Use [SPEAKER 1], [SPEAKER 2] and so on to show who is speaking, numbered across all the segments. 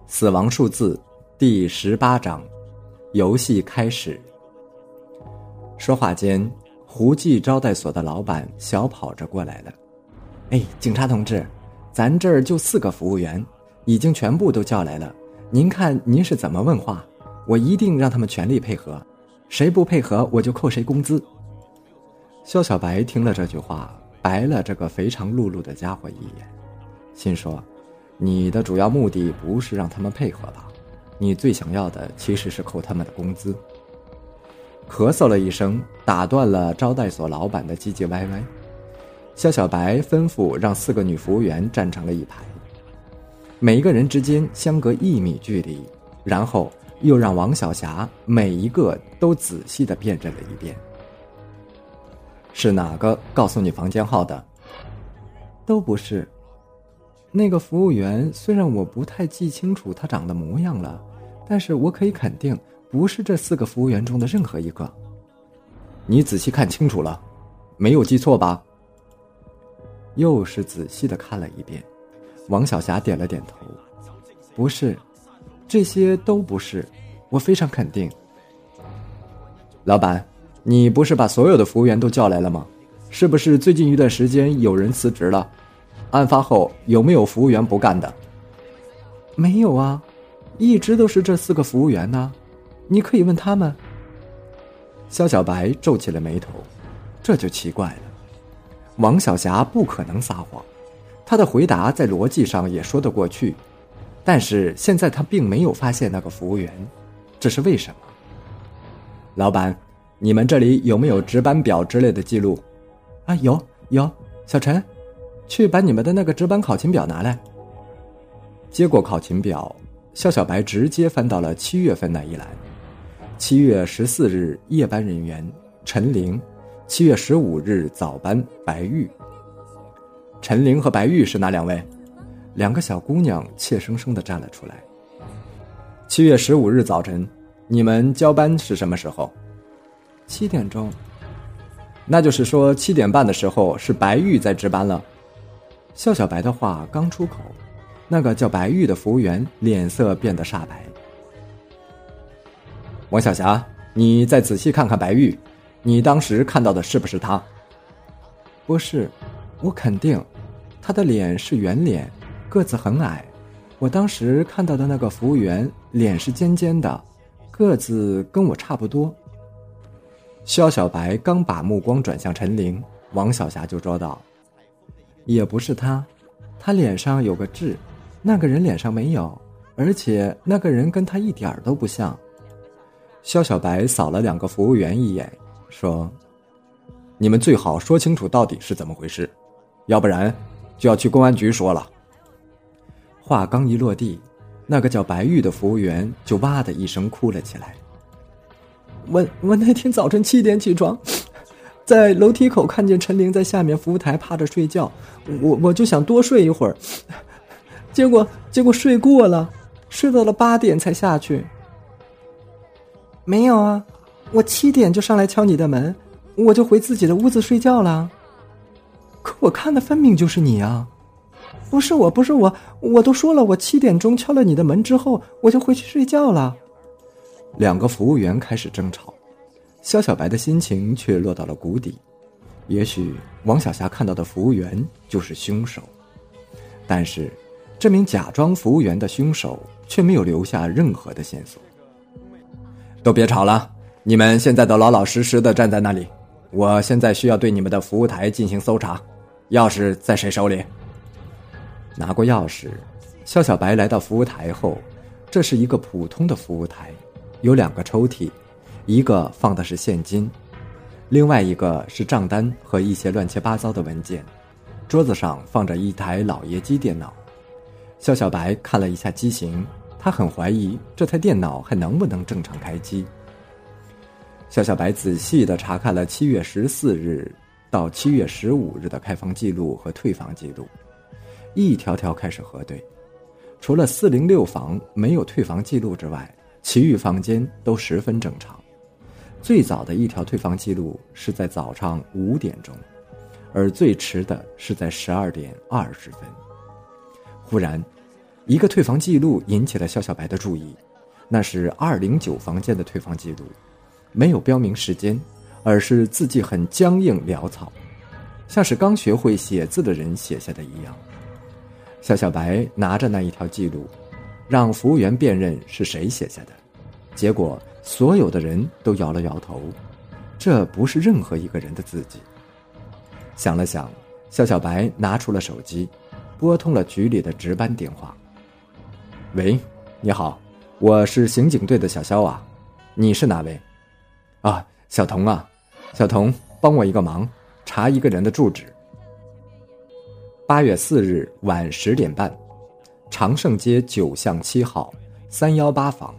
[SPEAKER 1] 死亡数字第18章，游戏开始。说话间，胡记招待所的老板小跑着过来了。警察同志，咱这儿就4个服务员，已经全部都叫来了，您看您是怎么问话？我一定让他们全力配合，谁不配合我就扣谁工资。肖小白听了这句话，白了这个肥肠碌碌的家伙一眼，心说，你的主要目的不是让他们配合吧？你最想要的其实是扣他们的工资。咳嗽了一声，打断了招待所老板的唧唧歪歪。肖小白吩咐让4个女服务员站成了一排，每一个人之间相隔1米距离，然后又让王小霞每一个都仔细地辨认了一遍。是哪个告诉你房间号的？都不是。那个服务员虽然我不太记清楚他长的模样了，但是我可以肯定不是这4个服务员中的任何一个。你仔细看清楚了，没有记错吧？又是仔细地看了一遍，王小霞点了点头。不是，这些都不是，我非常肯定。老板，你不是把所有的服务员都叫来了吗？是不是最近一段时间有人辞职了？案发后有没有服务员不干的？没有啊，一直都是这4个服务员呢，你可以问他们。肖小白皱起了眉头，这就奇怪了。王小霞不可能撒谎，她的回答在逻辑上也说得过去，但是现在她并没有发现那个服务员，这是为什么？老板，你们这里有没有值班表之类的记录？啊，有，小陈，去把你们的那个值班考勤表拿来。接过考勤表，肖小白直接翻到了7月份那一栏。7月14日夜班人员陈玲，7月15日早班白玉。陈玲和白玉是哪2位？2个小姑娘怯生生地站了出来。7月15日早晨，你们交班是什么时候？7点钟。那就是说7点半的时候是白玉在值班了。肖小白的话刚出口，那个叫白玉的服务员脸色变得煞白。王小霞，你再仔细看看白玉，你当时看到的是不是她？不是，我肯定，她的脸是圆脸，个子很矮。我当时看到的那个服务员脸是尖尖的，个子跟我差不多。肖小白刚把目光转向陈玲，王小霞就说道，也不是她，她脸上有个痣，那个人脸上没有，而且那个人跟她一点都不像。肖小白扫了2个服务员一眼，说，你们最好说清楚到底是怎么回事，要不然就要去公安局说了。话刚一落地，那个叫白玉的服务员就哇的一声哭了起来。我那天早晨7点起床，在楼梯口看见陈玲在下面服务台趴着睡觉，我就想多睡一会儿，结果睡过了，睡到了8点才下去。没有啊，我7点就上来敲你的门，我就回自己的屋子睡觉了。可我看的分明就是你啊。不是我，我都说了，我7点钟敲了你的门之后，我就回去睡觉了。2个服务员开始争吵，肖小白的心情却落到了谷底。也许王小霞看到的服务员就是凶手，但是这名假装服务员的凶手却没有留下任何的线索。都别吵了，你们现在都老老实实的站在那里，我现在需要对你们的服务台进行搜查，钥匙在谁手里？拿过钥匙，肖小白来到服务台后，这是一个普通的服务台，有2个抽屉，一个放的是现金，另外一个是账单和一些乱七八糟的文件，桌子上放着一台老爷机电脑。肖小白看了一下机型，他很怀疑这台电脑还能不能正常开机。肖小白仔细地查看了7月14日到7月15日的开房记录和退房记录，一条条开始核对，除了406房没有退房记录之外，其余房间都十分正常。最早的一条退房记录是在早上5点钟，而最迟的是在12点20分。忽然一个退房记录引起了肖小白的注意，那是209房间的退房记录，没有标明时间，而是字迹很僵硬潦草，像是刚学会写字的人写下的一样。肖小白拿着那一条记录，让服务员辨认是谁写下的，结果所有的人都摇了摇头，这不是任何一个人的字迹。想了想，肖小白拿出了手机，拨通了局里的值班电话。喂，你好，我是刑警队的小肖啊，你是哪位？啊，小童啊，小童，帮我一个忙，查一个人的住址。8月4日晚10点半，长盛街9巷7号318房。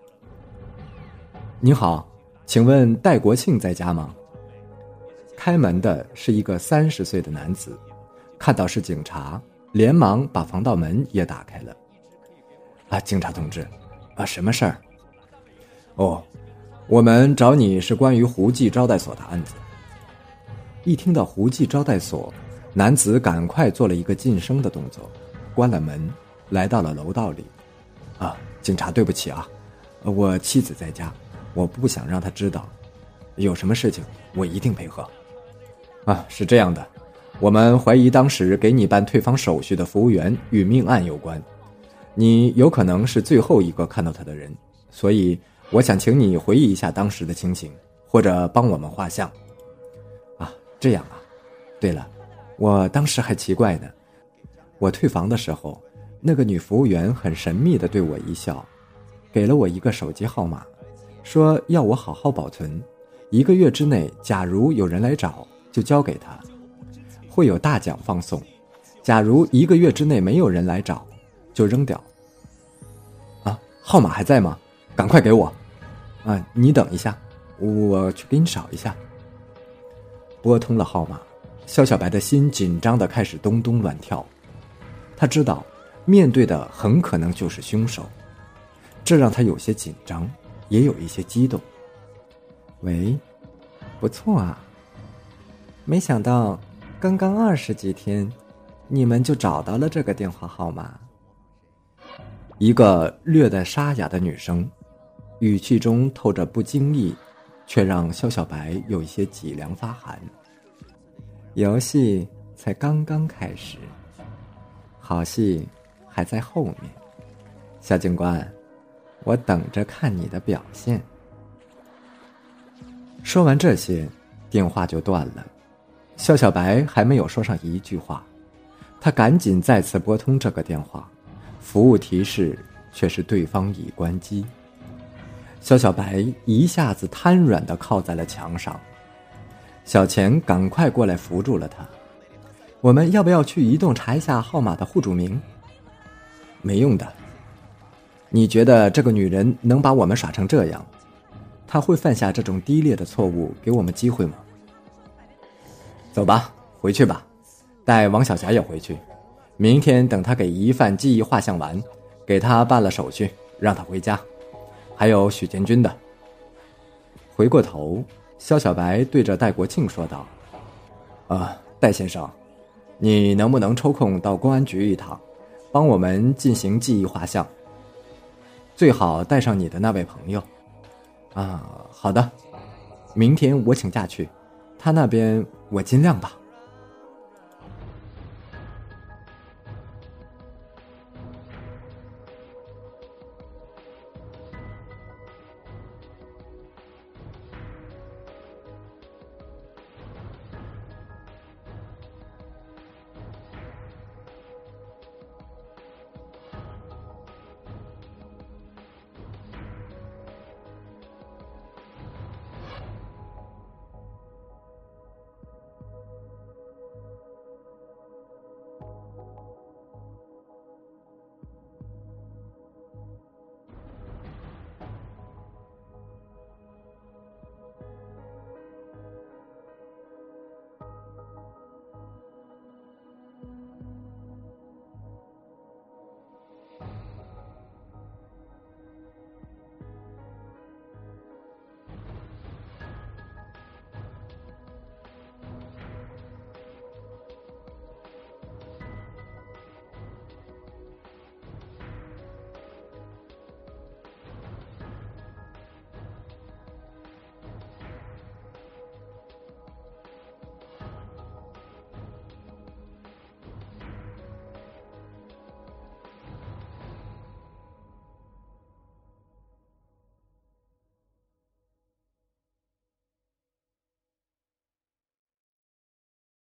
[SPEAKER 1] 您好，请问戴国庆在家吗？开门的是一个30岁的男子，看到是警察，连忙把防盗门也打开了。啊，警察同志，啊，什么事儿？哦，我们找你是关于胡记招待所的案子。一听到胡记招待所，男子赶快做了一个噤声的动作，关了门，来到了楼道里。啊，警察，对不起啊，我妻子在家，我不想让她知道，有什么事情我一定配合。啊，是这样的，我们怀疑当时给你办退房手续的服务员与命案有关，你有可能是最后一个看到他的人，所以我想请你回忆一下当时的情形，或者帮我们画像。啊，这样啊。对了，我当时还奇怪呢，我退房的时候，那个女服务员很神秘地对我一笑，给了我一个手机号码，说要我好好保存，1个月之内假如有人来找就交给他，会有大奖放送，假如1个月之内没有人来找就扔掉。啊，号码还在吗？赶快给我。啊，你等一下，我去给你找一下。拨通了号码，肖小白的心紧张地开始咚咚乱跳，他知道面对的很可能就是凶手，这让他有些紧张，也有一些激动。喂，不错啊，没想到刚刚20几天，你们就找到了这个电话号码。一个略带沙哑的女声，语气中透着不经意，却让肖小白有一些脊梁发寒。游戏才刚刚开始，好戏还在后面，小警官，我等着看你的表现。说完这些，电话就断了。肖小白还没有说上一句话，他赶紧再次拨通这个电话，服务提示却是对方已关机。肖小白一下子瘫软地靠在了墙上，小钱赶快过来扶住了他。我们要不要去移动查一下号码的户主名？没用的。你觉得这个女人能把我们耍成这样？她会犯下这种低劣的错误给我们机会吗？走吧，回去吧，带王小霞也回去。明天等她给疑犯记忆画像完，给她办了手续，让她回家。还有许建军的。回过头，肖小白对着戴国庆说道：戴先生，你能不能抽空到公安局一趟，帮我们进行记忆画像？最好带上你的那位朋友。好的，明天我请假去，他那边我尽量吧。